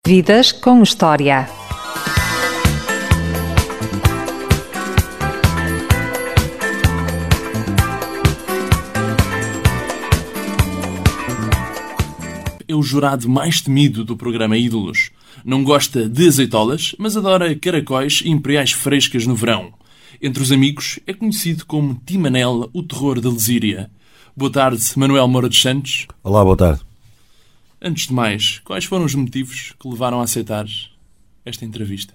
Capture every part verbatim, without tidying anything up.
Vidas com História. É o jurado mais temido do programa Ídolos. Não gosta de azeitolas, mas adora caracóis e imperiais frescas no verão. Entre os amigos, é conhecido como Timanel, o terror da Lesíria. Boa tarde, Manuel Moura dos Santos. Olá, boa tarde. Antes de mais, quais foram os motivos que levaram a aceitar esta entrevista?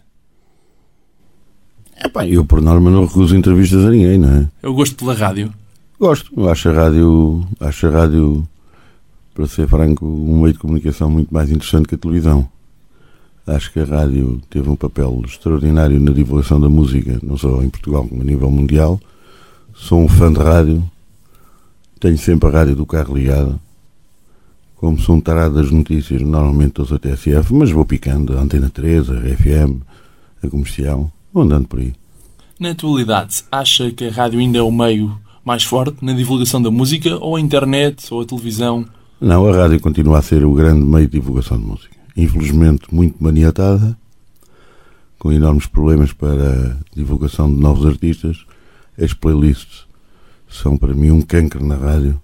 Epá, eu, por norma, não recuso entrevistas a ninguém, não é? É o gosto pela rádio? Gosto. Eu acho a rádio, acho a rádio, para ser franco, um meio de comunicação muito mais interessante que a televisão. Acho que a rádio teve um papel extraordinário na divulgação da música, não só em Portugal, como a nível mundial. Sou um fã de rádio. Tenho sempre a rádio do carro ligada. Como sou um tarado das notícias, normalmente estou a T S F, mas vou picando a Antena três, a R F M, a Comercial, vou andando por aí. Na atualidade, acha que a rádio ainda é o meio mais forte na divulgação da música, ou a internet, ou a televisão? Não, a rádio continua a ser o grande meio de divulgação de música. Infelizmente, muito maniatada, com enormes problemas para a divulgação de novos artistas. As playlists são, para mim, um cancro na rádio,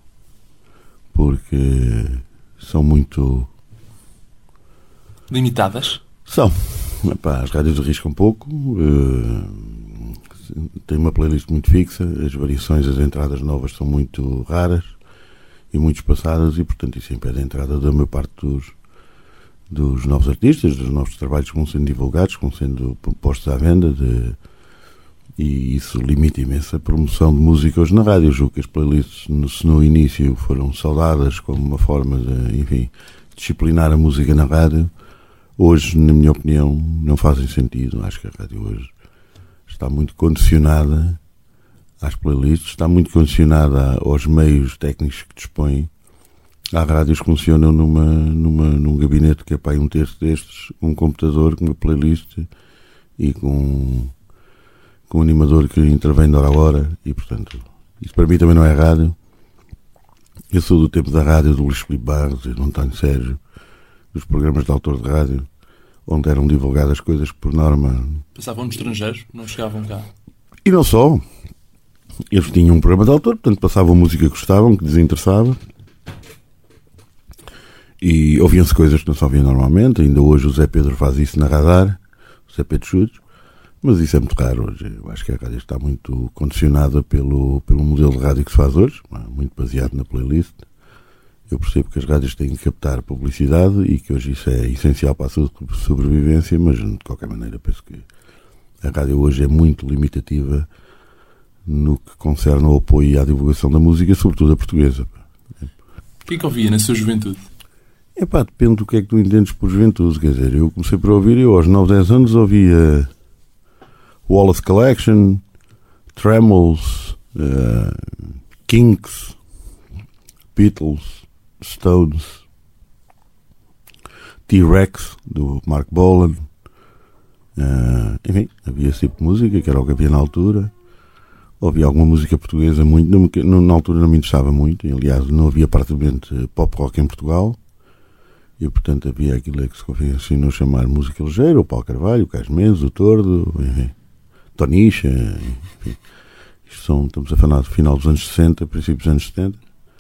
porque são muito... Limitadas? São. Epá, as rádios arriscam pouco. Uh, tem uma playlist muito fixa. As variações, as entradas novas são muito raras e muito espaçadas, e, portanto, isso impede a entrada da maior parte dos, dos novos artistas, dos novos trabalhos que vão sendo divulgados, que vão sendo postos à venda, de, e isso limita imenso a promoção de música hoje na rádio. Eu julgo que as playlists, no, se no início foram saudadas como uma forma de, enfim, disciplinar a música na rádio, hoje, na minha opinião, não fazem sentido. Acho que a rádio hoje está muito condicionada às playlists, está muito condicionada aos meios técnicos que dispõem. Há rádios que funcionam numa, numa, num gabinete que é para aí um terço destes, um computador com uma playlist e com, com um animador que intervém de hora a hora, e, portanto, isso para mim também não é rádio. Eu sou do tempo da rádio do Luís Filipe Barros e do António Sérgio, dos programas de autor de rádio, onde eram divulgadas coisas que, por norma... Passavam no estrangeiro, não chegavam cá. E não só. Eles tinham um programa de autor, portanto passavam música que gostavam, que desinteressava, e ouviam-se coisas que não se ouviam normalmente. Ainda hoje o Zé Pedro faz isso na Radar, o Zé Pedro Chutes, mas isso é muito raro hoje. Eu acho que a rádio está muito condicionada pelo, pelo modelo de rádio que se faz hoje, muito baseado na playlist. Eu percebo que as rádios têm que captar publicidade e que hoje isso é essencial para a sua sobrevivência, mas de qualquer maneira penso que a rádio hoje é muito limitativa no que concerne ao apoio e à divulgação da música, sobretudo a portuguesa. O que é que ouvia na sua juventude? É pá, depende do que é que tu entendes por juventude. Quer dizer, eu comecei por ouvir, eu aos nove, dez anos ouvia Wallace Collection, Tremors, uh, Kinks, Beatles, Stones, T-Rex, do Mark Bolan. Uh, enfim, havia esse tipo de música, que era o que havia na altura. Ouvi alguma música portuguesa muito, não, na altura não me interessava muito, e, aliás não havia praticamente pop rock em Portugal, e portanto havia aquilo que se convencionou chamar música ligeira, o Paulo Carvalho, o Carlos Mendes, o Tordo, enfim, Tonicha, enfim. Isto são, estamos a falar do final dos anos sessenta, princípios dos anos setenta,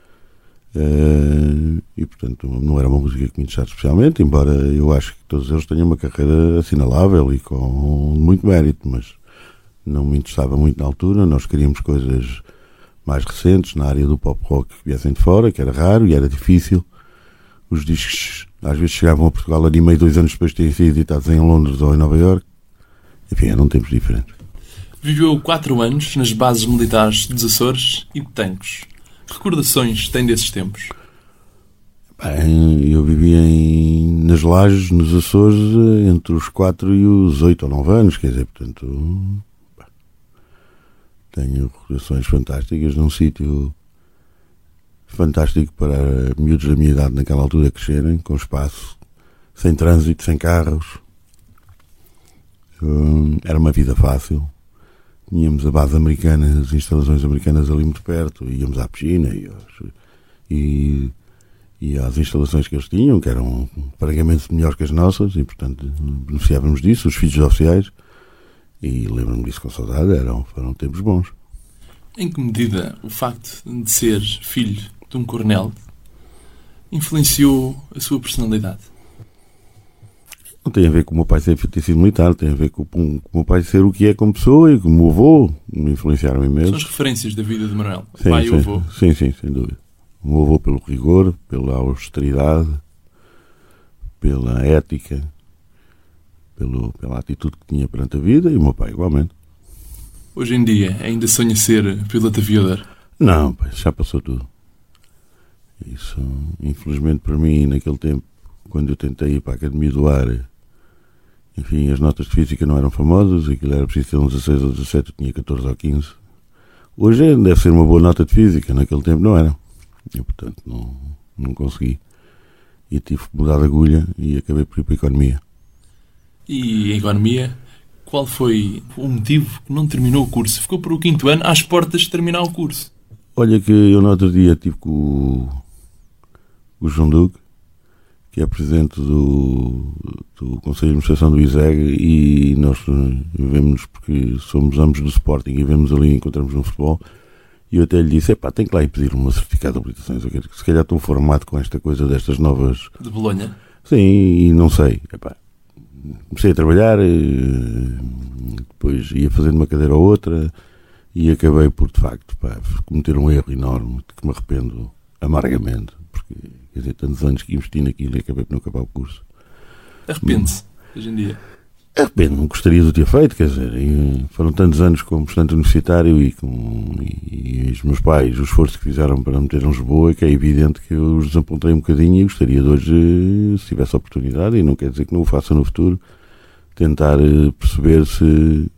uh, e portanto não era uma música que me interessasse especialmente, embora eu acho que todos eles tenham uma carreira assinalável e com muito mérito, mas não me interessava muito na altura. Nós queríamos coisas mais recentes na área do pop rock que viessem de fora, que era raro e era difícil. Os discos às vezes chegavam a Portugal ali meio dois anos depois de terem sido editados em Londres ou em Nova Iorque. Enfim, eram tempos diferentes. Viveu quatro anos nas bases militares dos Açores e de Tancos. Que recordações tem desses tempos? Bem, eu vivia em, nas Lajes, nos Açores, entre os quatro e os oito ou nove anos, quer dizer, portanto... Tenho recordações fantásticas num sítio fantástico para miúdos da minha idade naquela altura crescerem, com espaço, sem trânsito, sem carros. Hum, era uma vida fácil. Tínhamos a base americana, as instalações americanas ali muito perto, íamos à piscina e, e e às instalações que eles tinham, que eram francamente melhores que as nossas, e portanto beneficiávamos disso, os filhos oficiais, e lembro-me disso com saudade, eram, foram tempos bons. Em que medida o facto de ser filho de um coronel influenciou a sua personalidade? Não tem a ver com o meu pai ter sido militar, tem a ver com, com o meu pai ser o que é como pessoa, e com o meu avô me influenciaram imenso. São as referências da vida de Manuel, o sim, pai sim, e o avô. Sim, sim, sem dúvida. O meu avô pelo rigor, pela austeridade, pela ética, pelo, pela atitude que tinha perante a vida, e o meu pai igualmente. Hoje em dia ainda sonha ser piloto aviador? Não, pai, já passou tudo. Isso, infelizmente para mim, naquele tempo, quando eu tentei ir para a Academia do Ar, enfim, as notas de física não eram famosas, aquilo era preciso ter uns dezasseis ou dezassete, eu tinha catorze ou quinze. Hoje deve ser uma boa nota de física, naquele tempo não era. E portanto não, não consegui. E tive que mudar de agulha e acabei por ir para a Economia. E a Economia, qual foi o motivo que não terminou o curso? Ficou por o quinto ano às portas de terminar o curso. Olha que eu no outro dia estive com o, o João Duque, que é presidente do, do Conselho de Administração do I S E G, e nós vemos, porque somos ambos do Sporting, e vemos ali, encontramos no futebol, e eu até lhe disse, epá, tem que lá ir pedir uma certificado de habilitações, eu quero, se calhar estou formado com esta coisa destas novas... De Bolonha? Sim, e não sei, epá, comecei a trabalhar, depois ia fazendo uma cadeira ou outra, e acabei por, de facto, pá, cometer um erro enorme, de que me arrependo amargamente, porque, quer dizer, tantos anos que investi naquilo e acabei por não acabar o curso. Arrepende-se, hoje em dia? Arrependo-me, gostaria de ter feito, quer dizer, e foram tantos anos como estudante universitário e, com, e, e os meus pais, o esforço que fizeram para me meter em Lisboa, que é evidente que eu os desapontei um bocadinho, e gostaria de hoje, se tivesse oportunidade, e não quer dizer que não o faça no futuro, tentar perceber se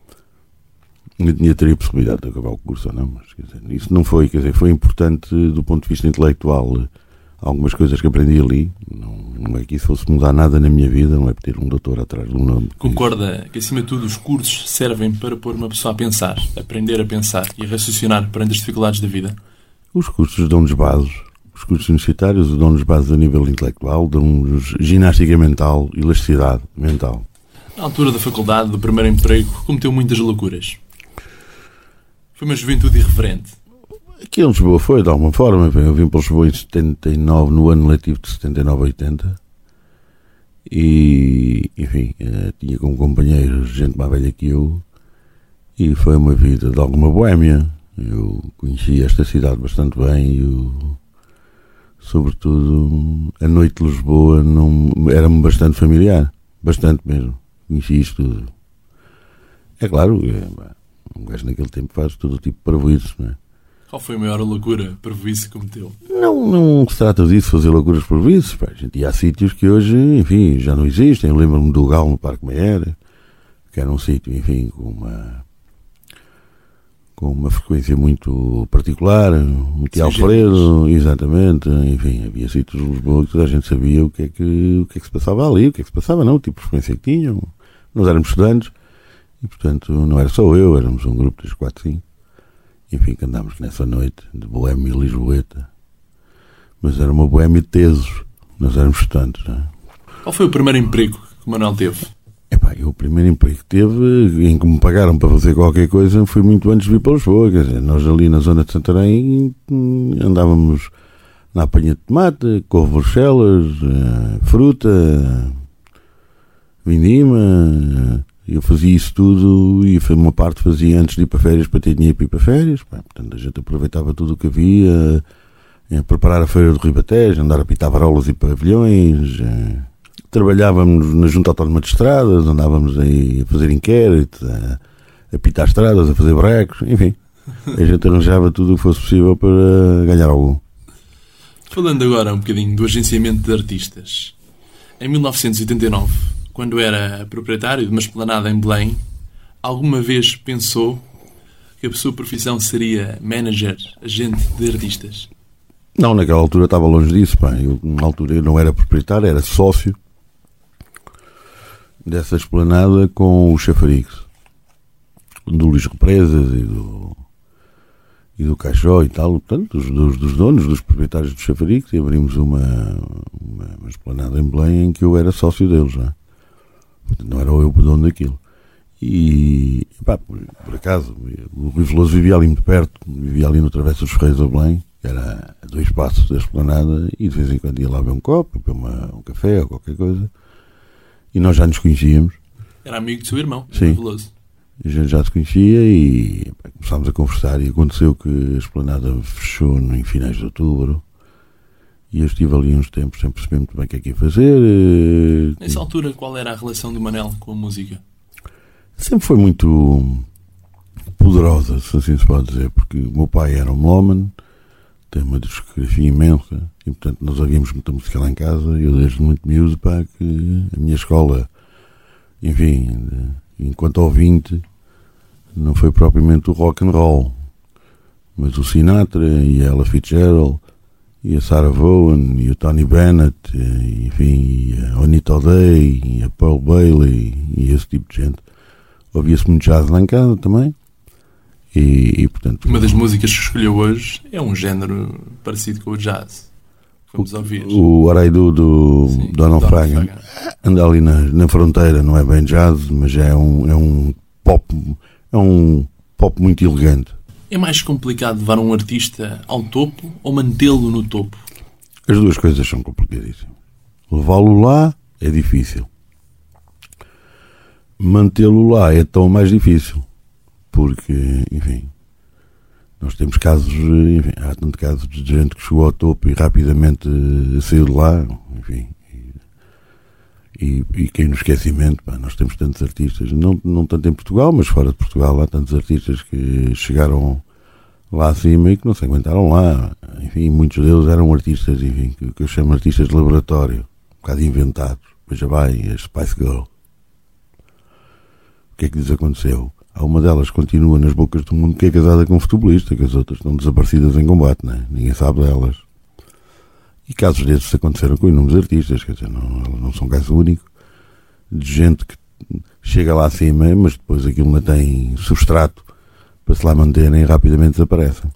eu tinha, teria possibilidade de acabar o curso ou não, mas quer dizer, isso não foi, quer dizer, foi importante do ponto de vista intelectual, algumas coisas que aprendi ali, não, não é que isso fosse mudar nada na minha vida, não é ter um doutor atrás de um nome. Concorda que, acima de tudo, os cursos servem para pôr uma pessoa a pensar, aprender a pensar e a raciocinar perante as dificuldades da vida? Os cursos dão-nos bases, os cursos universitários dão-nos bases a nível intelectual, dão-nos ginástica mental, elasticidade mental. Na altura da faculdade, do primeiro emprego, cometeu muitas loucuras. Foi uma juventude irreverente. Aqui em Lisboa foi, de alguma forma. Eu vim para Lisboa em setenta e nove, no ano letivo de setenta e nove a oitenta. E, enfim, tinha como companheiros gente mais velha que eu. E foi uma vida de alguma boémia. Eu conheci esta cidade bastante bem. Eu, sobretudo, a noite de Lisboa não, era-me bastante familiar. Bastante mesmo. Conheci isto tudo. É claro, um gajo naquele tempo faz todo o tipo de parvoíces, não é? Qual foi a maior loucura parvoíce que cometeu? Não, não se trata disso, fazer loucuras parvoíces. A gente ia a sítios que hoje, enfim, já não existem. Eu lembro-me do Gal no Parque Meyer, que era um sítio, enfim, com uma com uma frequência muito particular, um tio Alfredo, exatamente, enfim, havia sítios de Lisboa que toda a gente sabia o que é que, o que é que se passava ali, o que é que se passava não, o tipo de frequência que tinham. Nós éramos estudantes, e portanto não era só eu, éramos um grupo de quatro, cinco. Enfim, que andámos nessa noite de boémia e lisboeta. Mas era uma boémia de tesos. Nós éramos estudantes, não é? Qual foi o primeiro emprego que o Manuel teve? Epá, eu, o primeiro emprego que teve, em que me pagaram para fazer qualquer coisa, foi muito antes de vir para Lisboa. Quer dizer, nós ali na zona de Santarém andávamos na apanha de tomate, couve Bruxelas, fruta, vindima. Eu fazia isso tudo e uma parte fazia antes de ir para férias para ter dinheiro para ir para férias. Portanto, a gente aproveitava tudo o que havia, preparar a feira do Ribatejo, andar a pitar varolas e pavilhões. Trabalhávamos na Junta Autónoma de Estradas, andávamos aí a fazer inquéritos, a, a pitar estradas, a fazer brecos, enfim. A gente arranjava tudo o que fosse possível para ganhar algum. Falando agora um bocadinho do agenciamento de artistas. Em mil novecentos e oitenta e nove, quando era proprietário de uma esplanada em Belém, alguma vez pensou que a sua profissão seria manager, agente de artistas? Não, naquela altura estava longe disso. Pá. Eu, na altura, eu não era proprietário, era sócio dessa esplanada com o Chafarix, do Luís Represas e do, e do Caixó e tal, portanto, dos, dos, dos donos, dos proprietários dos chafaricos, e abrimos uma, uma, uma esplanada em Belém em que eu era sócio deles, não é? Portanto, não era eu o dono daquilo. E, pá, por, por acaso, o Rui Veloso vivia ali muito perto, vivia ali no Travessa dos Ferreiros a Belém, que era a dois passos da esplanada, e de vez em quando ia lá ver um copo, beber uma, um café ou qualquer coisa, e nós já nos conhecíamos. Era amigo do seu irmão, sim, Veloso. A gente já se conhecia e pá, começámos a conversar, e aconteceu que a esplanada fechou no, em finais de outubro, e eu estive ali uns tempos sem perceber muito bem o que é que ia fazer. Nessa altura, qual era a relação do Manel com a música? Sempre foi muito poderosa, se assim se pode dizer, porque o meu pai era um melómano, tem uma discografia imensa, e portanto nós ouvíamos muita música lá em casa. Eu desde muito miúdo, pá, que a minha escola, enfim, enquanto ouvinte, não foi propriamente o rock and roll, mas o Sinatra e a Ella Fitzgerald e a Sarah Vaughan e o Tony Bennett, e, enfim, e a Anita O'Day e a Pearl Bailey e esse tipo de gente. Ouvia-se muito jazz lá em casa também. E, e, portanto, uma das músicas que escolheu hoje é um género parecido com o jazz. Vamos ouvir. O Araidu do Donald Fagen anda ali na, na fronteira, não é bem jazz, mas é um, é um pop, é um pop muito elegante. É mais complicado levar um artista ao topo ou mantê-lo no topo? As duas coisas são complicadíssimas. Levá-lo lá é difícil. Mantê-lo lá é tão mais difícil. Porque, enfim, nós temos casos, enfim, há tanto casos de gente que chegou ao topo e rapidamente saiu de lá, enfim, e, e, e caiu no esquecimento. Pá, nós temos tantos artistas, não, não tanto em Portugal, mas fora de Portugal, há tantos artistas que chegaram lá acima e que não se aguentaram lá. Enfim, muitos deles eram artistas, enfim, que, que eu chamo artistas de laboratório, um bocado inventados. Veja bem, as Spice Girls. O que é que lhes aconteceu? Há uma delas que continua nas bocas do mundo que é casada com um futebolista, que as outras estão desaparecidas em combate, né? Ninguém sabe delas. E casos desses aconteceram com inúmeros artistas, quer dizer, não, não são caso único, de gente que chega lá acima, mas depois aquilo não tem substrato para se lá manterem e rapidamente desaparecem.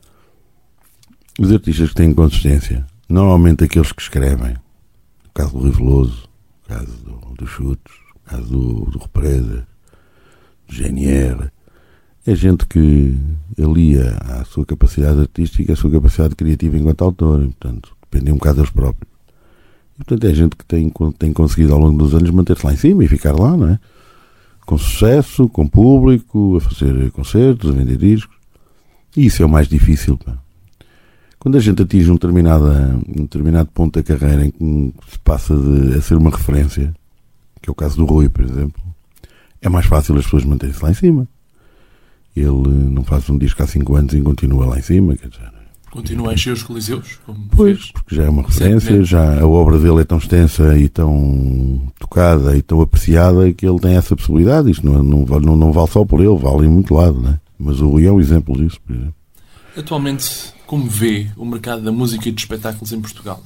Os artistas que têm consistência, normalmente aqueles que escrevem, o caso do Rui Veloso, o caso do, do Chutos, o caso do, do Represa, do G N R, é gente que alia a sua capacidade artística e a sua capacidade criativa enquanto autor, e, portanto, depende um bocado deles próprios. E, portanto, é gente que tem, tem conseguido ao longo dos anos manter-se lá em cima e ficar lá, não é? Com sucesso, com público, a fazer concertos, a vender discos. E isso é o mais difícil, pá. Quando a gente atinge um determinado, um determinado ponto da carreira em que se passa de, a ser uma referência, que é o caso do Rui, por exemplo, é mais fácil as pessoas manterem-se lá em cima. Ele não faz um disco há cinco anos e continua lá em cima, quer dizer... Continua a encher os coliseus? Como pois, fez. Porque já é uma referência, já a obra dele é tão extensa e tão tocada e tão apreciada que ele tem essa possibilidade. Isto não, não, não, não vale só por ele, vale em muito lado, não é? Mas o Rui é um exemplo disso, por exemplo. Atualmente, como vê o mercado da música e dos espetáculos em Portugal?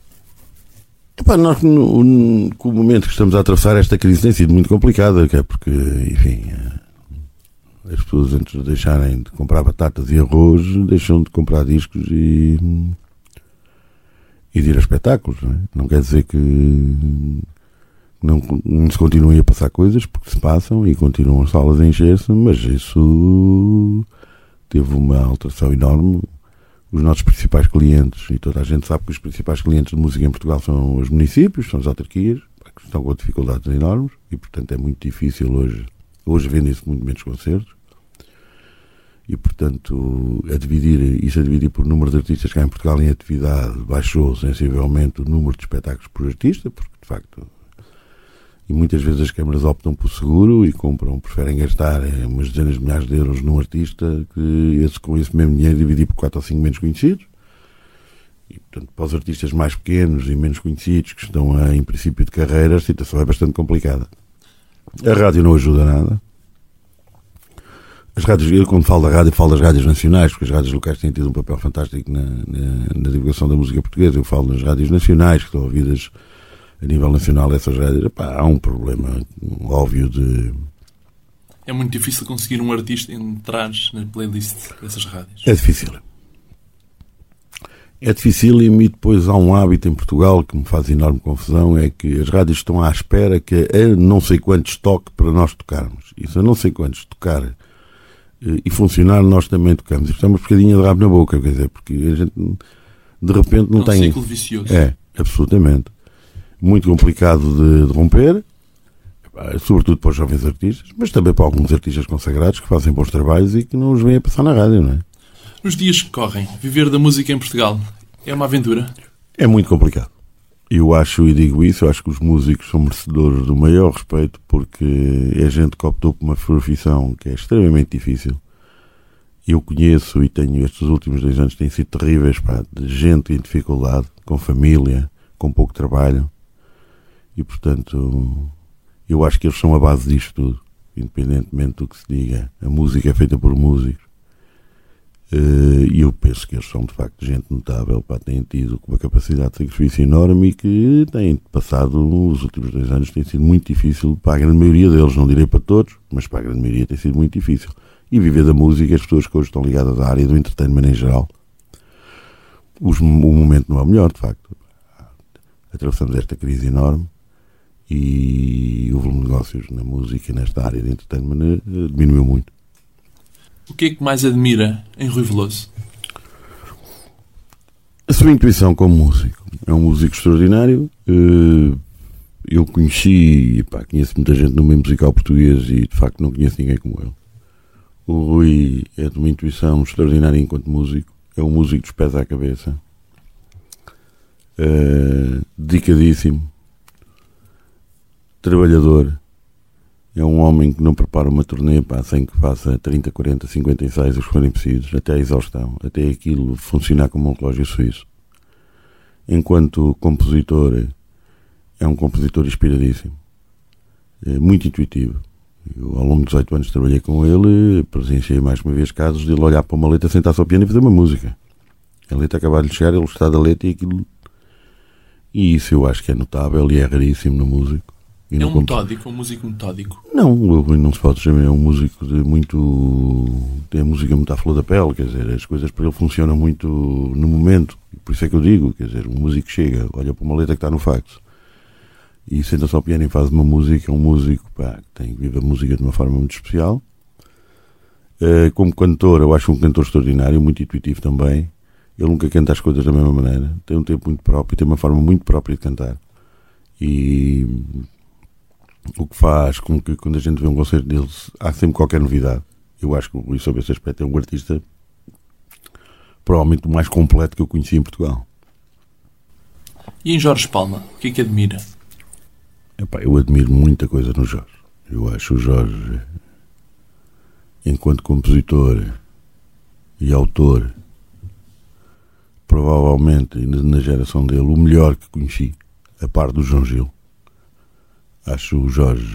Epá, nós, no, no, com o momento que estamos a atravessar, esta crise tem sido muito complicada, que é porque, enfim, as pessoas, antes de deixarem de comprar batatas e arroz, deixam de comprar discos e, e de ir a espetáculos, não é? Não quer dizer que não, não se continuem a passar coisas, porque se passam e continuam as salas a encher-se, mas isso teve uma alteração enorme. Os nossos principais clientes, e toda a gente sabe que os principais clientes de música em Portugal são os municípios, são as autarquias, que estão com dificuldades enormes e, portanto, é muito difícil hoje. Hoje vendem-se muito menos concertos e, portanto, a dividir, isso a dividir por número de artistas que há em Portugal em atividade baixou sensivelmente o número de espetáculos por artista, porque, de facto, e muitas vezes as câmaras optam por seguro e compram, preferem gastar umas dezenas de milhares de euros num artista que esse, com esse mesmo dinheiro dividir por quatro ou cinco menos conhecidos. E, portanto, para os artistas mais pequenos e menos conhecidos que estão a, em princípio de carreira, a situação é bastante complicada. A rádio não ajuda nada. As rádios, eu quando falo da rádio, falo das rádios nacionais, porque as rádios locais têm tido um papel fantástico na, na, na divulgação da música portuguesa. Eu falo das rádios nacionais, que estão ouvidas a nível nacional, essas rádios. Epá, há um problema óbvio de, É muito difícil conseguir um artista entrar na playlist dessas rádios. É difícil. É difícil e depois há um hábito em Portugal que me faz enorme confusão, é que as rádios estão à espera que a não sei quantos toque para nós tocarmos. E se a não sei quantos tocar e funcionar, nós também tocamos. Isto é uma pescadinha de rabo na boca, quer dizer, porque a gente de repente não é um tem... ciclo vicioso. É, absolutamente. Muito complicado de, de romper, sobretudo para os jovens artistas, mas também para alguns artistas consagrados que fazem bons trabalhos e que não os vêm a passar na rádio, não é? Nos dias que correm, viver da música em Portugal é uma aventura? É muito complicado. Eu acho, e digo isso, eu acho que os músicos são merecedores do maior respeito, porque é gente que optou por uma profissão que é extremamente difícil. Eu conheço e tenho, estes últimos dois anos têm sido terríveis, pá, de gente em dificuldade, com família, com pouco trabalho. E, portanto, eu acho que eles são a base disto tudo, independentemente do que se diga. A música é feita por músicos. E eu penso que eles são, de facto, gente notável, pá, têm tido uma capacidade de sacrifício enorme e que têm passado, os últimos dois anos, tem sido muito difícil para a grande maioria deles, não direi para todos, mas para a grande maioria tem sido muito difícil. E viver da música, as pessoas que hoje estão ligadas à área do entertainment em geral, os, o momento não é o melhor, de facto. Atravessamos esta crise enorme e o volume de negócios na música, nesta área de entertainment, diminuiu muito. O que é que mais admira em Rui Veloso? A sua intuição como músico. É um músico extraordinário. Eu conheci, pá, conheço muita gente no meio musical português e de facto não conheço ninguém como ele. O Rui é de uma intuição extraordinária enquanto músico. É um músico dos pés à cabeça. Uh, dedicadíssimo. Trabalhador. É um homem que não prepara uma turnê, pá, sem que faça trinta, quarenta, cinquenta ensaios os que forem precisos, até a exaustão, até aquilo funcionar como um relógio suíço. Enquanto compositor, é um compositor inspiradíssimo, é muito intuitivo. Eu, ao longo dos oito anos trabalhei com ele, presenciei mais uma vez casos de ele olhar para uma letra, sentar-se ao piano e fazer uma música. A letra acabava de chegar, ele gostar da letra e aquilo... E isso eu acho que é notável e é raríssimo no músico. É um metódico, um músico metódico? Não, não se pode chamar, é um músico de muito... tem a música muito à flor da pele, quer dizer, as coisas para ele funcionam muito no momento, por isso é que eu digo, quer dizer, um músico chega, olha para uma letra que está no fax e senta-se ao piano e faz uma música, um músico, pá, que tem, vive a música de uma forma muito especial. Uh, como cantor, eu acho um cantor extraordinário, muito intuitivo também. Ele nunca canta as coisas da mesma maneira, tem um tempo muito próprio, tem uma forma muito própria de cantar. E... o que faz com que quando a gente vê um concerto deles há sempre qualquer novidade. Eu acho que o Rui, sob esse aspecto, é um artista provavelmente o mais completo que eu conheci em Portugal. E em Jorge Palma, o que é que admira? Epá, eu admiro muita coisa no Jorge. Eu acho o Jorge, enquanto compositor e autor, provavelmente na geração dele, o melhor que conheci, a par do João Gil. Acho o Jorge...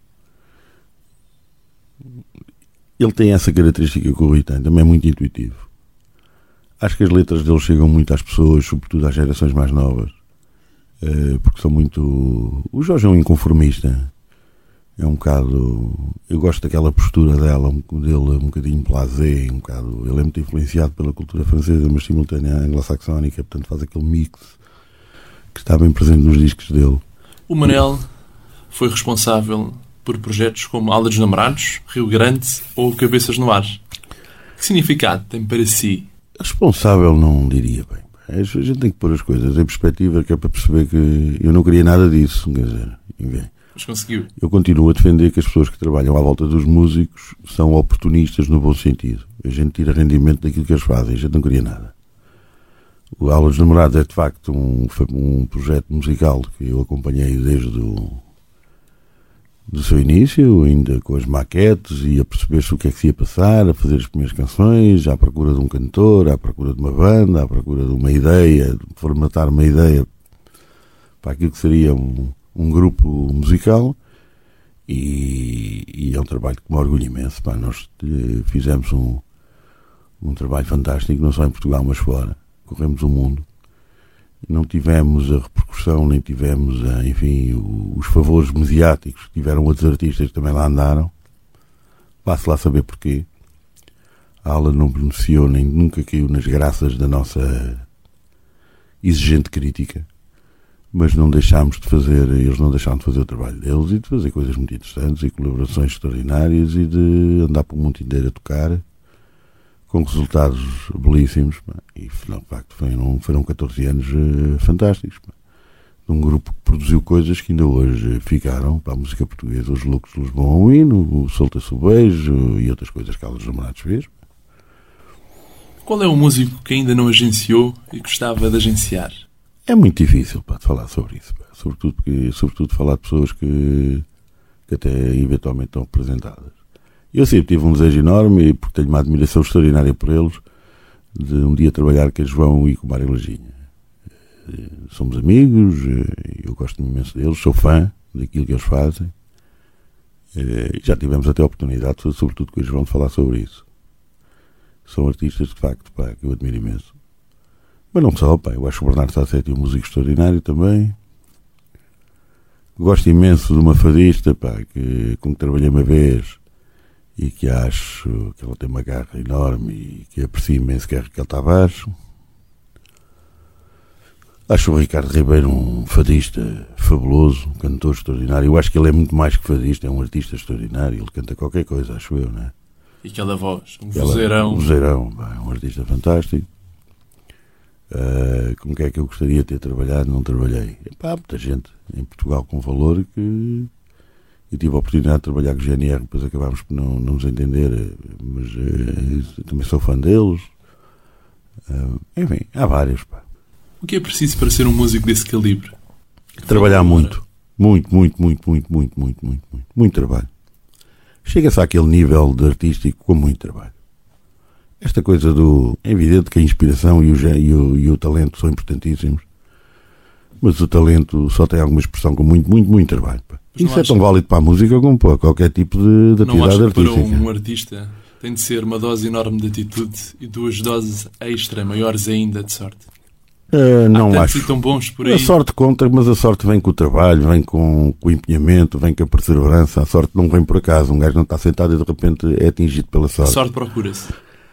ele tem essa característica que o Rui tem, também é muito intuitivo. Acho que as letras dele chegam muito às pessoas, sobretudo às gerações mais novas, porque são muito... O Jorge é um inconformista, é um bocado... eu gosto daquela postura dela, dele um bocadinho blasé, um bocado... ele é muito influenciado pela cultura francesa, mas simultânea anglo-saxónica, portanto faz aquele mix que está bem presente nos discos dele. O Manel foi responsável por projetos como Ala dos Namorados, Rio Grande ou Cabeças no Ar. Que significado tem para si? Responsável não diria bem. A gente tem que pôr as coisas em perspectiva, que é para perceber que eu não queria nada disso. Quer dizer, ninguém. Mas conseguiu. Eu continuo a defender que as pessoas que trabalham à volta dos músicos são oportunistas no bom sentido. A gente tira rendimento daquilo que eles fazem. A gente não queria nada. O Ala dos Namorados é de facto um, um projeto musical que eu acompanhei desde o do seu início, ainda com as maquetes e a perceber-se o que é que se ia passar, a fazer as primeiras canções, à procura de um cantor, à procura de uma banda, à procura de uma ideia, de formatar uma ideia para aquilo que seria um, um grupo musical. E, e é um trabalho que me orgulha imenso. Pá, nós fizemos um, um trabalho fantástico, não só em Portugal mas fora, corremos o mundo. Não tivemos a repercussão, nem tivemos, a, enfim, os favores mediáticos que tiveram outros artistas que também lá andaram. passo lá a saber porquê. A ala não beneficiou nem nunca caiu nas graças da nossa exigente crítica, mas não deixámos de fazer, eles não deixaram de fazer o trabalho deles e de fazer coisas muito interessantes e colaborações extraordinárias e de andar para o mundo inteiro a tocar com resultados belíssimos. E, de facto, foram, foram catorze anos uh, fantásticos. De um grupo que produziu coisas que ainda hoje ficaram para a música portuguesa. Os Loucos de Lisboa ao hino, o Solta-se o Beijo e outras coisas que Carlos Namorados fez. Qual é o músico que ainda não agenciou e gostava de agenciar? É muito difícil, pá, de falar sobre isso. Pá. Sobretudo, porque, sobretudo falar de pessoas que, que até eventualmente estão representadas. Eu sempre tive um desejo enorme, porque tenho uma admiração extraordinária por eles, de um dia trabalhar com a João e com o Mário Lajinha. Somos amigos, eu gosto imenso deles, sou fã daquilo que eles fazem. Já tivemos até a oportunidade, sobretudo com o João, de falar sobre isso. São artistas, de facto, pá, que eu admiro imenso. Mas não só, pá, eu acho o Bernardo Sassetti um músico extraordinário também. Gosto imenso de uma fadista, pá, que, com que trabalhei uma vez e que acho que ela tem uma garra enorme e que aprecio imenso, que é a Raquel Tavares. Acho o Ricardo Ribeiro um fadista fabuloso, um cantor extraordinário. Eu acho que ele é muito mais que fadista, é um artista extraordinário. Ele canta qualquer coisa, acho eu, não é? E aquela voz, um aquela, vozeirão. Um vozeirão, é um artista fantástico. Uh, com quem é que eu gostaria de ter trabalhado, não trabalhei. E, pá, muita gente em Portugal com valor que eu tive a oportunidade de trabalhar com o G N R, depois acabámos por não, não nos entender, mas uh, também sou fã deles. Uh, enfim, há vários, pá. O que é preciso para ser um músico desse calibre? Trabalhar muito. Muito, muito, muito, muito, muito, muito, muito, muito. Muito trabalho. Chega-se àquele nível de artístico com muito trabalho. Esta coisa do... É evidente que a inspiração e o, e o, e o talento são importantíssimos, mas o talento só tem alguma expressão com muito, muito, muito trabalho. Pá. Isso é tão válido para a música como para qualquer tipo de, de atividade artística. Não acho que para um artística. artista tem de ser uma dose enorme de atitude e duas doses extra, maiores ainda, de sorte? Uh, não Há acho. Tão bons por aí. A sorte conta, mas a sorte vem com o trabalho, vem com, com o empenhamento, vem com a perseverança. A sorte não vem por acaso. Um gajo não está sentado e de repente é atingido pela sorte. A sorte procura-se.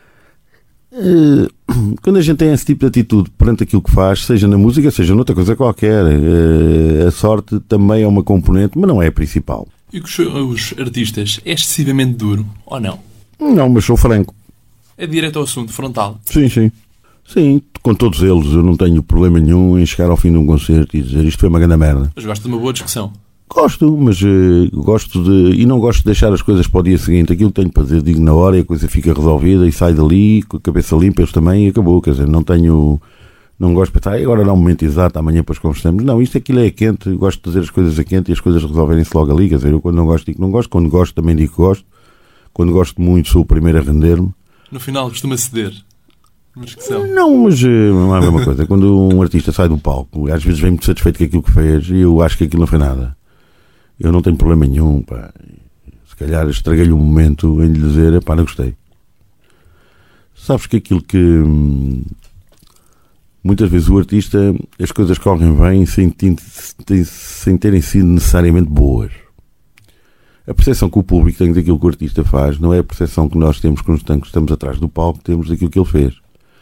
Uh, quando a gente tem esse tipo de atitude perante aquilo que faz, seja na música, seja noutra coisa qualquer, uh, a sorte também é uma componente, mas não é a principal. E com os artistas, é excessivamente duro, ou não? Não, mas sou franco. É direto ao assunto, frontal. Sim, sim. Sim, com todos eles, eu não tenho problema nenhum em chegar ao fim de um concerto e dizer isto foi uma grande merda. Mas gosto de uma boa discussão. Gosto, mas uh, gosto de... E não gosto de deixar as coisas para o dia seguinte. Aquilo que tenho para dizer, digo na hora e a coisa fica resolvida e sai dali com a cabeça limpa, eles também, e acabou. Quer dizer, não tenho... Não gosto de pensar, agora não é o momento exato, amanhã depois conversamos. Não, isto aquilo é quente, gosto de dizer as coisas a quente e as coisas resolverem-se logo ali. Quer dizer, eu quando não gosto digo que não gosto, quando gosto também digo que gosto. Quando gosto muito sou o primeiro a render-me. No final costuma ceder. Não, mas não é a mesma coisa. Quando um artista sai do palco, às vezes vem muito satisfeito com aquilo que fez e eu acho que aquilo não foi nada. Eu não tenho problema nenhum, pá. Se calhar estraguei-lhe um momento em lhe dizer, pá, não gostei. Sabes que aquilo que hum, muitas vezes o artista, as coisas correm bem sem, sem terem sido necessariamente boas. A percepção que o público tem daquilo que o artista faz não é a percepção que nós temos quando estamos atrás do palco, temos daquilo que ele fez.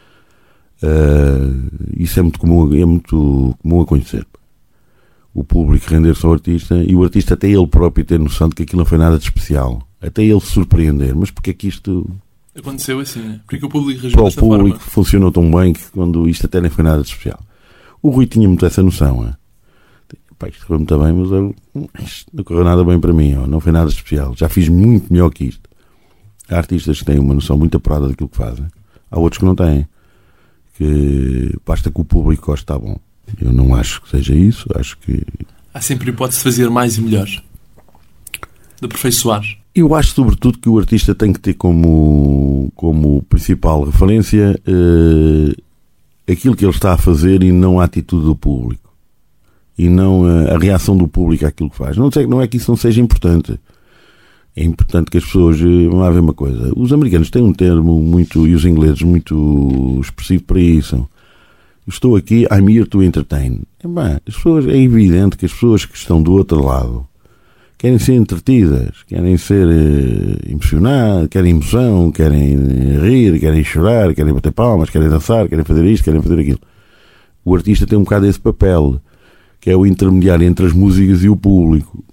Uh, isso é muito comum, é muito comum a conhecer. O público render-se ao artista e o artista até ele próprio ter noção de que aquilo não foi nada de especial. Até ele se surpreender. Mas porque é que isto... Aconteceu assim, né? Porque o público reagiu para desta o público forma. Funcionou tão bem que quando isto até nem foi nada de especial. O Rui tinha muito essa noção. É? Pá, isto foi muito bem, mas eu, isto não correu nada bem para mim. Ó. Não foi nada de especial. Já fiz muito melhor que isto. Há artistas que têm uma noção muito apurada daquilo que fazem. Há outros que não têm. Que basta que o público goste, está bom. Eu não acho que seja isso, acho que... Há sempre a hipótese de fazer mais e melhor. De aperfeiçoar. Eu acho, sobretudo, que o artista tem que ter como, como principal referência uh, aquilo que ele está a fazer e não a atitude do público. E não a, a reação do público àquilo que faz. Não, sei, não é que isso não seja importante. É importante que as pessoas... Vamos lá ver uma coisa. Os americanos têm um termo muito... E os ingleses muito expressivo para isso. Estou aqui, I'm here to entertain. É, bem, as pessoas, é evidente que as pessoas que estão do outro lado querem ser entretidas, querem ser uh, emocionadas, querem emoção, querem rir, querem chorar, querem bater palmas, querem dançar, querem fazer isto, querem fazer aquilo. O artista tem um bocado esse papel, que é o intermediário entre as músicas e o público.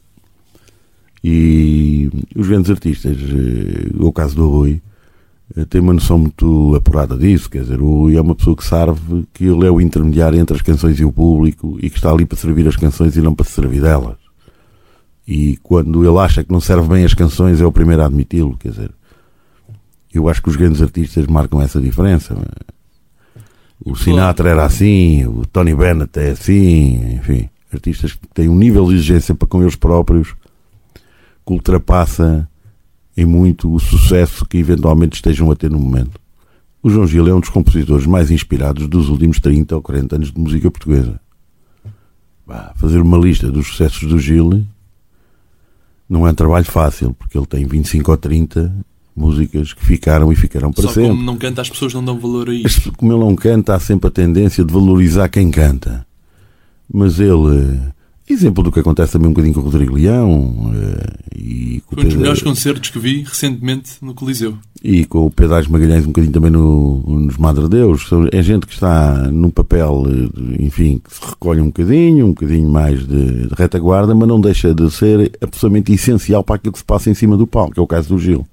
E os grandes artistas, uh, o caso do Rui, uh, tem uma noção muito apurada disso, quer dizer, o Rui é uma pessoa que sabe que ele é o intermediário entre as canções e o público e que está ali para servir as canções e não para se servir delas. E quando ele acha que não serve bem as canções, é o primeiro a admiti-lo, quer dizer. Eu acho que os grandes artistas marcam essa diferença. O Sinatra era assim, o Tony Bennett é assim, enfim. Artistas que têm um nível de exigência para com eles próprios que ultrapassa em muito o sucesso que eventualmente estejam a ter no momento. O João Gil é um dos compositores mais inspirados dos últimos trinta ou quarenta anos de música portuguesa. Bah, fazer uma lista dos sucessos do Gil não é um trabalho fácil, porque ele tem vinte e cinco ou trinta músicas que ficaram e ficarão para Só sempre. Só como não canta, as pessoas não dão valor a isso. Como ele não canta, há sempre a tendência de valorizar quem canta. Mas ele, exemplo do que acontece também um bocadinho com o Rodrigo Leão, e com Foi um dos Pedro, melhores concertos que vi recentemente no Coliseu. E com o Pedro Aires Magalhães um bocadinho também no, nos Madre Deus. É gente que está num papel, enfim, que se recolhe um bocadinho, um bocadinho mais de, de retaguarda, mas não deixa de ser absolutamente essencial para aquilo que se passa em cima do palco, que é o caso do Gil.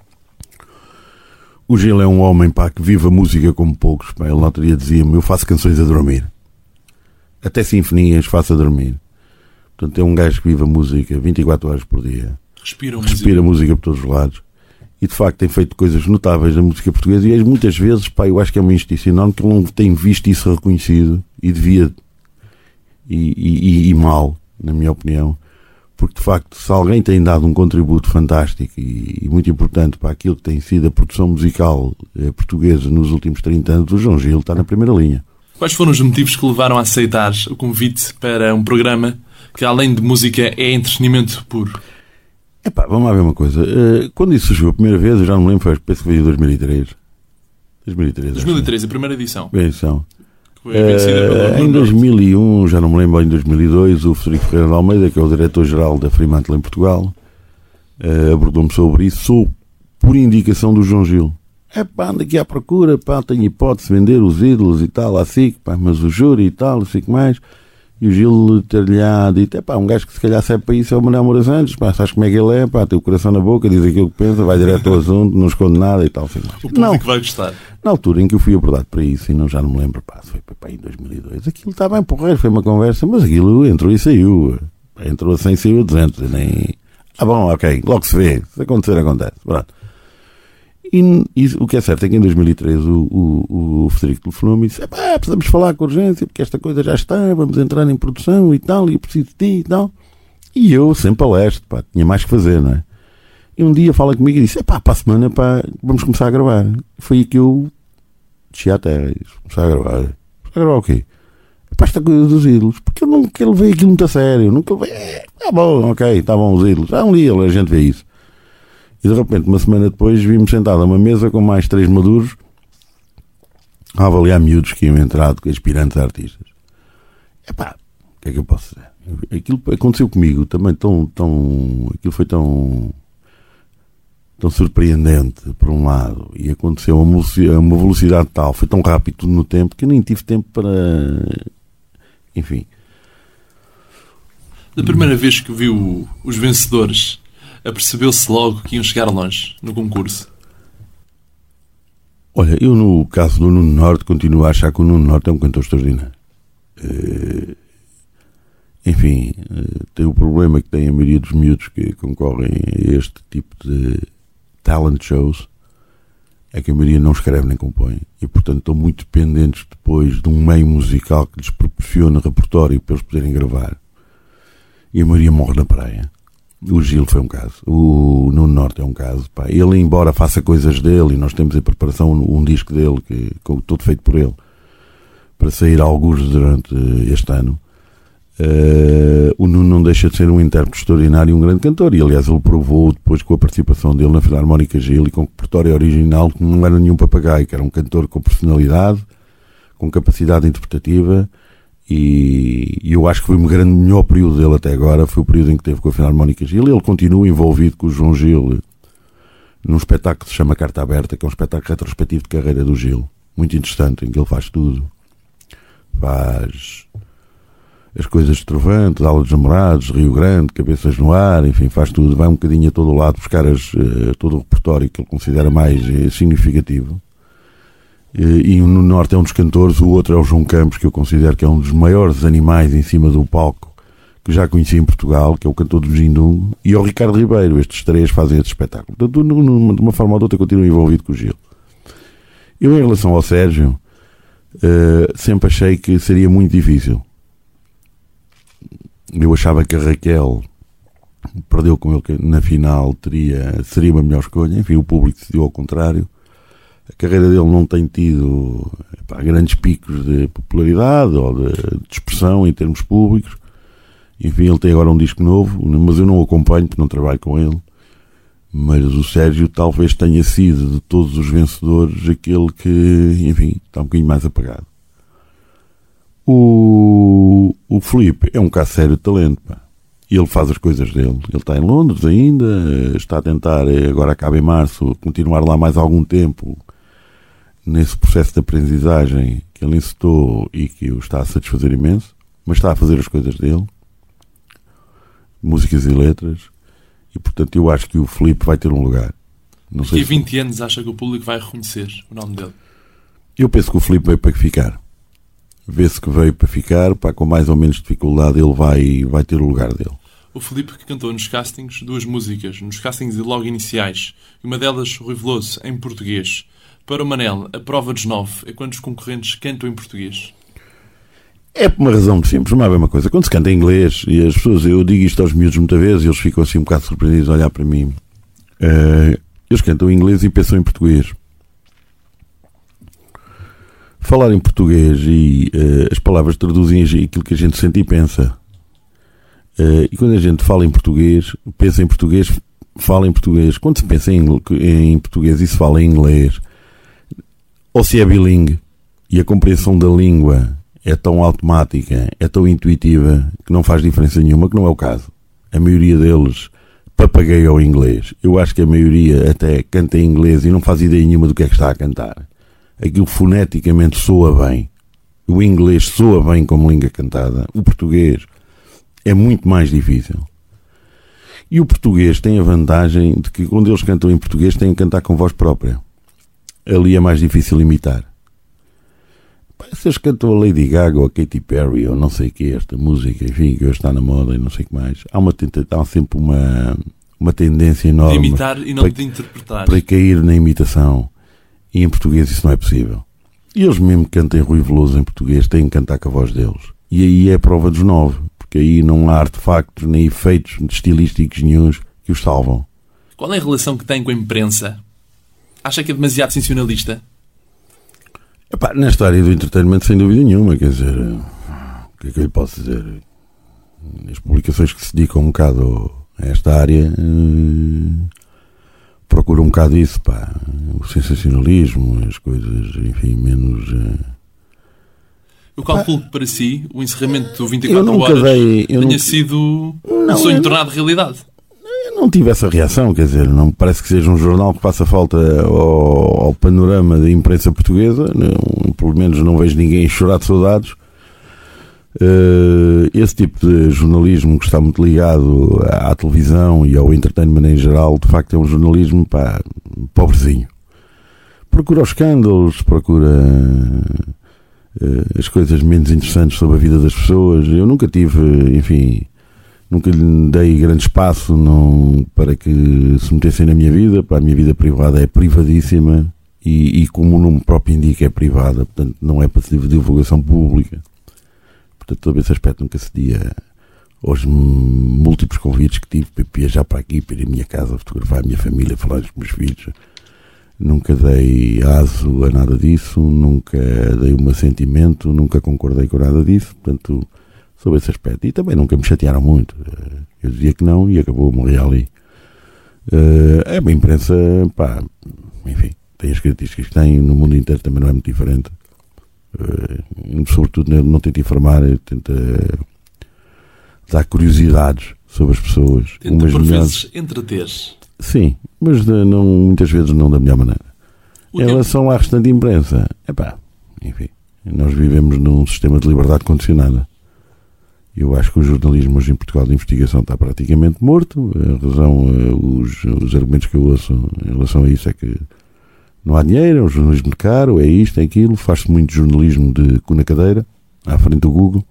O Gil é um homem, pá, que vive a música como poucos. Pá. Ele na outro dia dizia-me, eu faço canções a dormir. Até sinfonias faço a dormir. Portanto, é um gajo que vive a música vinte e quatro horas por dia. Respira, Respira música por todos os lados. E de facto tem feito coisas notáveis na música portuguesa. E muitas vezes, pá, eu acho que é uma injustiça enorme que ele não tem visto isso reconhecido. E devia. E, e, e mal, na minha opinião. Porque de facto, se alguém tem dado um contributo fantástico e, e muito importante para aquilo que tem sido a produção musical eh, portuguesa nos últimos trinta anos, o João Gil está na primeira linha. Quais foram os motivos que levaram a aceitar o convite para um programa que, além de música, é entretenimento puro? Epá, vamos lá ver uma coisa. Uh, quando isso surgiu a primeira vez, eu já não me lembro, penso que foi em dois mil e três. dois mil e três, dois mil e três, a primeira edição. Bem, edição. Foi vencida pelo uh, em dois mil e um, já não me lembro, em dois mil e dois, o Frederico Ferreira de Almeida, que é o diretor-geral da Fremantle em Portugal, uh, abordou-me sobre isso, sou por indicação do João Gil. É pá, anda aqui à procura, pá, tenho hipótese de vender os ídolos e tal, assim, pá, mas o júri e tal, assim que mais. E o Gil ter-lhe dito, é pá, um gajo que se calhar serve para isso é o Manuel Moura Santos, pá, sabes como é que ele é, pá, tem o coração na boca, diz aquilo que pensa, vai direto ao assunto, não esconde nada e tal, assim. O público não, vai gostar. Na altura em que eu fui abordado para isso, e não, já não me lembro, pá, foi pá, em dois mil e dois, aquilo está bem porreiro, foi uma conversa, mas aquilo entrou e saiu, entrou a cem, saiu a duzentos, nem... Ah bom, ok, logo se vê, se acontecer, acontece, pronto. E, e o que é certo é que em dois mil e três o, o, o Frederico telefonou-me e disse, pá, precisamos falar com urgência porque esta coisa já está, vamos entrar em produção e tal, e eu preciso de ti e tal. E eu, sempre a leste, pá, tinha mais que fazer, não é? E um dia fala comigo e disse, pá, para a semana, pá, vamos começar a gravar. E foi aí que eu desci à terra e disse, começar a gravar. Começar a gravar o quê? Pá, esta coisa dos ídolos, porque eu nunca levei aquilo muito a sério, nunca levei, é, tá bom, ok, está bom os ídolos, há um dia a gente vê isso. E de repente, uma semana depois, vimos sentado a uma mesa com mais três maduros a avaliar miúdos que iam entrar de aspirantes a artistas. Epá, o que é que eu posso dizer? Aquilo aconteceu comigo também tão, tão, aquilo foi tão, tão surpreendente, por um lado, e aconteceu a uma velocidade tal, foi tão rápido tudo no tempo, que eu nem tive tempo para... Enfim. Da primeira vez que viu os vencedores, apercebeu-se logo que iam chegar longe no concurso? Olha, eu no caso do Nuno Norte continuo a achar que o Nuno Norte é um cantor extraordinário. Uh, enfim, uh, tem o problema que tem a maioria dos miúdos que concorrem a este tipo de talent shows, é que a maioria não escreve nem compõe e portanto estão muito dependentes depois de um meio musical que lhes proporciona repertório para eles poderem gravar, e a maioria morre na praia. O Gil foi um caso, o Nuno Norte é um caso, pá. Ele, embora faça coisas dele, e nós temos em preparação um, um disco dele, que, todo feito por ele, para sair a algures durante este ano, uh, o Nuno não deixa de ser um intérprete extraordinário e um grande cantor, e aliás ele provou depois com a participação dele na Filarmónica Gil e com o repertório original, que não era nenhum papagaio, que era um cantor com personalidade, com capacidade interpretativa E, e eu acho que foi o grande, melhor período dele até agora, foi o período em que teve com a Filarmónica Gil. Ele continua envolvido com o João Gil num espetáculo que se chama Carta Aberta, que é um espetáculo retrospectivo de carreira do Gil, muito interessante, em que ele faz tudo. Faz as coisas de Trovante, Aula dos Namorados, Rio Grande, Cabeças no Ar, enfim, faz tudo, vai um bocadinho a todo o lado buscar as, uh, todo o repertório que ele considera mais uh, significativo. Uh, e no Norte é um dos cantores, o outro é o João Campos, que eu considero que é um dos maiores animais em cima do palco que já conheci em Portugal, que é o cantor do Gindungo, e o Ricardo Ribeiro. Estes três fazem esse espetáculo. Portanto, de uma forma ou de outra, continuo envolvido com o Gil. Eu, em relação ao Sérgio, uh, sempre achei que seria muito difícil. Eu achava que a Raquel perdeu com ele, que na final teria, seria uma melhor escolha. Enfim, o público decidiu ao contrário. A carreira dele não tem tido pá, grandes picos de popularidade ou de, de expressão em termos públicos. Enfim, ele tem agora um disco novo, mas eu não o acompanho porque não trabalho com ele. Mas o Sérgio talvez tenha sido, de todos os vencedores, aquele que, enfim, está um bocadinho mais apagado. O, o Filipe é um caso sério de talento, pá. Ele faz as coisas dele. Ele está em Londres ainda, está a tentar, agora acaba em março, continuar lá mais algum tempo nesse processo de aprendizagem que ele incitou e que o está a satisfazer imenso, mas está a fazer as coisas dele, músicas e letras, e portanto eu acho que o Filipe vai ter um lugar. Não sei Daqui a se... vinte anos acha que o público vai reconhecer o nome dele? Eu penso que o Filipe veio para ficar. Vê-se que veio para ficar, pá, com mais ou menos dificuldade ele vai, vai ter o lugar dele. O Filipe, que cantou nos castings duas músicas, nos castings logo iniciais, e uma delas, Rui Veloso, em português. Para o Manel, a prova dos nove é quando os concorrentes cantam em português? É por uma razão muito simples, não é a mesma coisa. Quando se canta em inglês, e as pessoas, eu digo isto aos miúdos muitas vezes, e eles ficam assim um bocado surpreendidos a olhar para mim. Uh, eles cantam em inglês e pensam em português. Falar em português e uh, as palavras traduzem aquilo que a gente sente e pensa. Uh, e quando a gente fala em português, pensa em português, fala em português. Quando se pensa em, em português e se fala em inglês, ou se é bilingue e a compreensão da língua é tão automática, é tão intuitiva, que não faz diferença nenhuma, que não é o caso. A maioria deles papagueia o inglês. Eu acho que a maioria até canta em inglês e não faz ideia nenhuma do que é que está a cantar. Aquilo foneticamente soa bem. O inglês soa bem como língua cantada. O português é muito mais difícil. E o português tem a vantagem de que quando eles cantam em português têm que cantar com voz própria. Ali é mais difícil imitar. Se eles cantam a Lady Gaga ou a Katy Perry ou não sei o que, esta música, enfim, que hoje está na moda e não sei o que mais, há, uma tenta, há sempre uma, uma tendência enorme de imitar e não para, de interpretar. Para cair na imitação. E em português isso não é possível. E eles mesmo que cantem Rui Veloso em português têm que cantar com a voz deles. E aí é a prova dos nove, porque aí não há artefactos nem efeitos estilísticos nenhuns que os salvam. Qual é a relação que tem com a imprensa? Acha que é demasiado sensacionalista? Epá, nesta área do entretenimento, sem dúvida nenhuma, quer dizer, o que é que eu lhe posso dizer? As publicações que se dedicam um bocado a esta área eh, procuram um bocado isso, pá, o sensacionalismo, as coisas, enfim, menos... Eh... Eu calculo que para si o encerramento do vinte e eu quatro nunca horas dei, eu tenha nunca... sido não, um sonho não... tornado realidade. Eu não tive essa reação, quer dizer, não me parece que seja um jornal que faça falta ao, ao panorama da imprensa portuguesa, não, pelo menos não vejo ninguém chorar de saudades. Uh, esse tipo de jornalismo que está muito ligado à, à televisão e ao entertainment em geral, de facto é um jornalismo, pá, pobrezinho. Procura os escândalos, procura uh, as coisas menos interessantes sobre a vida das pessoas. Eu nunca tive, enfim... Nunca lhe dei grande espaço não, para que se metessem na minha vida. Para a minha vida privada é privadíssima e, e como o nome próprio indica é privada, portanto não é para divulgação pública. Portanto, todo esse aspecto nunca cedia aos múltiplos convites que tive para viajar para aqui, para ir à minha casa, fotografar a minha família, falar com os meus filhos. Nunca dei aso a nada disso, nunca dei um assentimento, nunca concordei com nada disso, portanto... sobre esse aspecto. E também nunca me chatearam muito. Eu dizia que não e acabou a morrer ali. É uma imprensa, pá, enfim, tem as características que tem, no mundo inteiro também não é muito diferente. Uh, sobretudo não tenta informar, tenta dar curiosidades sobre as pessoas. Tenta umas por melhores... vezes entreter. Sim, mas de, não, muitas vezes não da melhor maneira. O em tempo... relação à restante imprensa, epá, enfim, nós vivemos num sistema de liberdade condicionada. Eu acho que o jornalismo hoje em Portugal de investigação está praticamente morto. A razão, os, os argumentos que eu ouço em relação a isso é que não há dinheiro, é um jornalismo caro, é isto, é aquilo. Faz-se muito jornalismo de cu na cadeira, à frente do Google.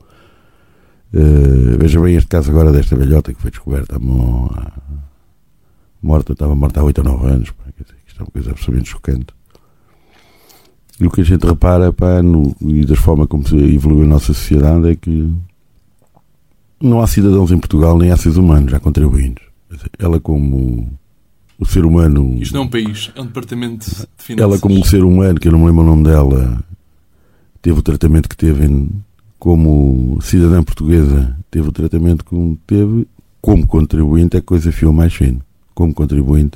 Uh, veja bem este caso agora desta velhota que foi descoberta mo, morta, estava morta há oito ou nove anos. Pá, quer dizer, isto é uma coisa absolutamente chocante. E o que a gente repara, pá, no, e da forma como se evoluiu a nossa sociedade, é que não há cidadãos em Portugal, nem há seres humanos, há contribuintes. Ela como o ser humano... Isto não é um país, é um departamento de finanças. Ela como o ser humano, que eu não me lembro o nome dela, teve o tratamento que teve em, como cidadã portuguesa, teve o tratamento que teve, como contribuinte, é coisa fio mais fino. Como contribuinte,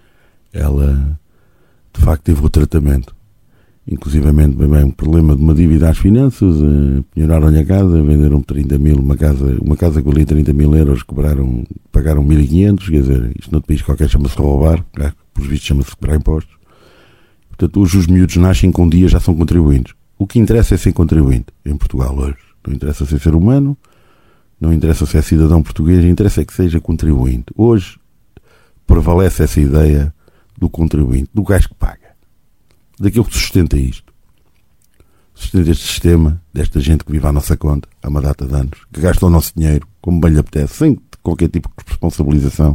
ela de facto teve o tratamento. Inclusivamente, bem, um problema de uma dívida às finanças, uh, penhoraram-lhe a casa, venderam trinta mil, uma casa, uma casa que valia trinta mil euros, cobraram, pagaram mil e quinhentos, quer dizer, isto noutro país qualquer chama-se roubar, né? Por vistos chama-se cobrar impostos. Portanto, hoje os miúdos nascem com um dia já são contribuintes. O que interessa é ser contribuinte em Portugal hoje. Não interessa ser ser humano, não interessa ser cidadão português, interessa é que seja contribuinte. Hoje prevalece essa ideia do contribuinte, do gajo que paga. Daquilo que sustenta isto. Sustenta este sistema, desta gente que vive à nossa conta, há uma data de anos, que gasta o nosso dinheiro, como bem lhe apetece, sem qualquer tipo de responsabilização.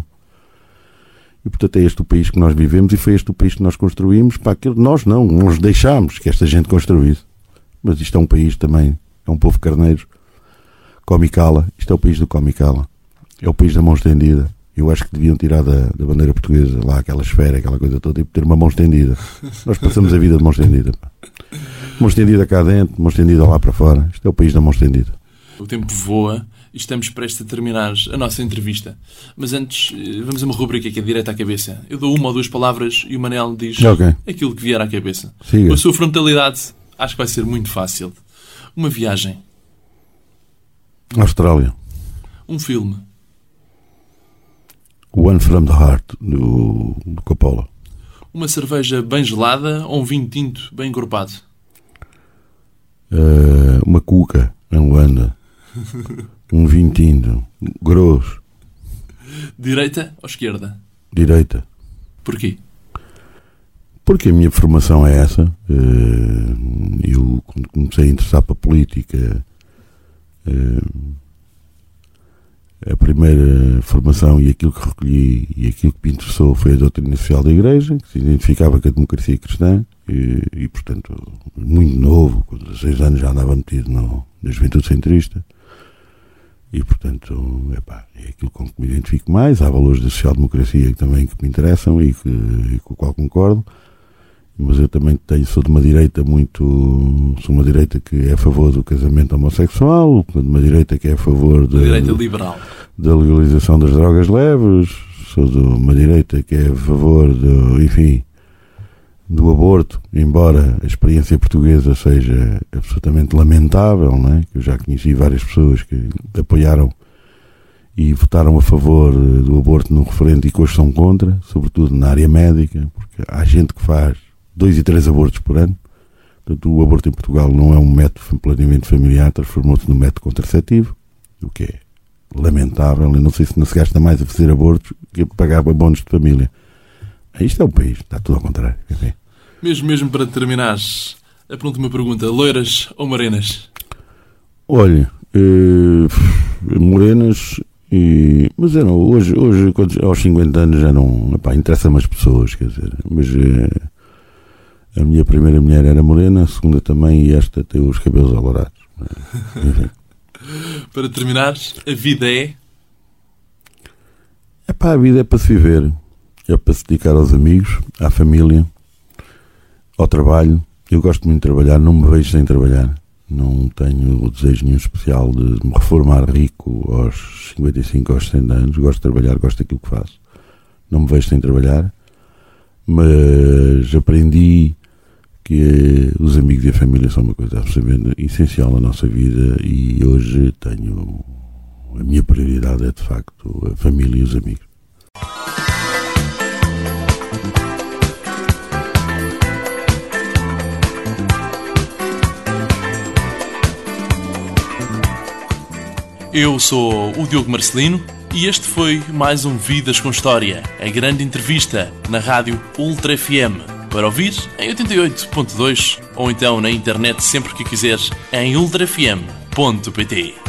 E, portanto, é este o país que nós vivemos e foi este o país que nós construímos. Para aquele, nós não, nós deixámos que esta gente construísse. Mas isto é um país também, é um povo carneiro, come e cala. Isto é o país do come e cala. É o país da mão estendida. Eu acho que deviam tirar da, da bandeira portuguesa lá aquela esfera, aquela coisa toda, e ter uma mão estendida. Nós passamos a vida de mão estendida. Pá. Mão estendida cá dentro, mão estendida lá para fora. Isto é o país da mão estendida. O tempo voa e estamos prestes a terminar a nossa entrevista. Mas antes, vamos a uma rubrica que é direto à cabeça. Eu dou uma ou duas palavras e o Manel diz okay. aquilo que vier à cabeça. Siga. Com a sua frontalidade, acho que vai ser muito fácil. Uma viagem. Austrália. Um filme. One from the Heart, do, do Coppola. Uma cerveja bem gelada ou um vinho tinto bem encorpado? Uh, uma cuca em Luanda. Um vinho tinto grosso. Direita ou esquerda? Direita. Porquê? Porque a minha formação é essa. Uh, eu, quando comecei a interessar para a política, uh, a primeira formação e aquilo que recolhi e aquilo que me interessou foi a doutrina social da Igreja, que se identificava com a democracia cristã e, e portanto, muito novo, com dezesseis anos já andava metido no, na juventude centrista e, portanto, epá, é aquilo com que me identifico mais. Há valores da social-democracia que também que me interessam e, que, e com o qual concordo, mas eu também tenho, sou de uma direita muito, sou uma direita que é a favor do casamento homossexual, de uma direita que é a favor de, direita liberal. Da legalização das drogas leves, sou de uma direita que é a favor do, enfim, do aborto, embora a experiência portuguesa seja absolutamente lamentável, não é? Eu já conheci várias pessoas que apoiaram e votaram a favor do aborto no referendo e que hoje são contra, sobretudo na área médica, porque há gente que faz dois e três abortos por ano. Portanto, o aborto em Portugal não é um método de planeamento familiar, transformou-se num método contraceptivo, o que é lamentável. Eu não sei se não se gasta mais a fazer abortos que a pagar bónus de família. Isto é um país, está tudo ao contrário. Enfim. Mesmo, mesmo para terminar, a penúltima pergunta, loiras ou morenas? Olha, eh, morenas, e, mas eu não, hoje, hoje aos cinquenta anos já não, epá, interessa-me as pessoas, quer dizer, mas eh, a minha primeira mulher era morena, a segunda também, e esta tem os cabelos alourados. Para terminar, a vida é? Epá, a vida é para se viver, é para se dedicar aos amigos, à família, ao trabalho. Eu gosto muito de trabalhar, não me vejo sem trabalhar. Não tenho o desejo nenhum especial de me reformar rico aos cinquenta e cinco, aos sessenta anos. Gosto de trabalhar, gosto daquilo que faço. Não me vejo sem trabalhar, mas aprendi que os amigos e a família são uma coisa absolutamente essencial na nossa vida, e hoje tenho, a minha prioridade é de facto a família e os amigos. Eu sou o Diogo Marcelino e este foi mais um Vidas com História, a grande entrevista na rádio Ultra F M, para ouvir em oitenta e oito ponto dois ou então na internet sempre que quiseres em ultra f m ponto p t.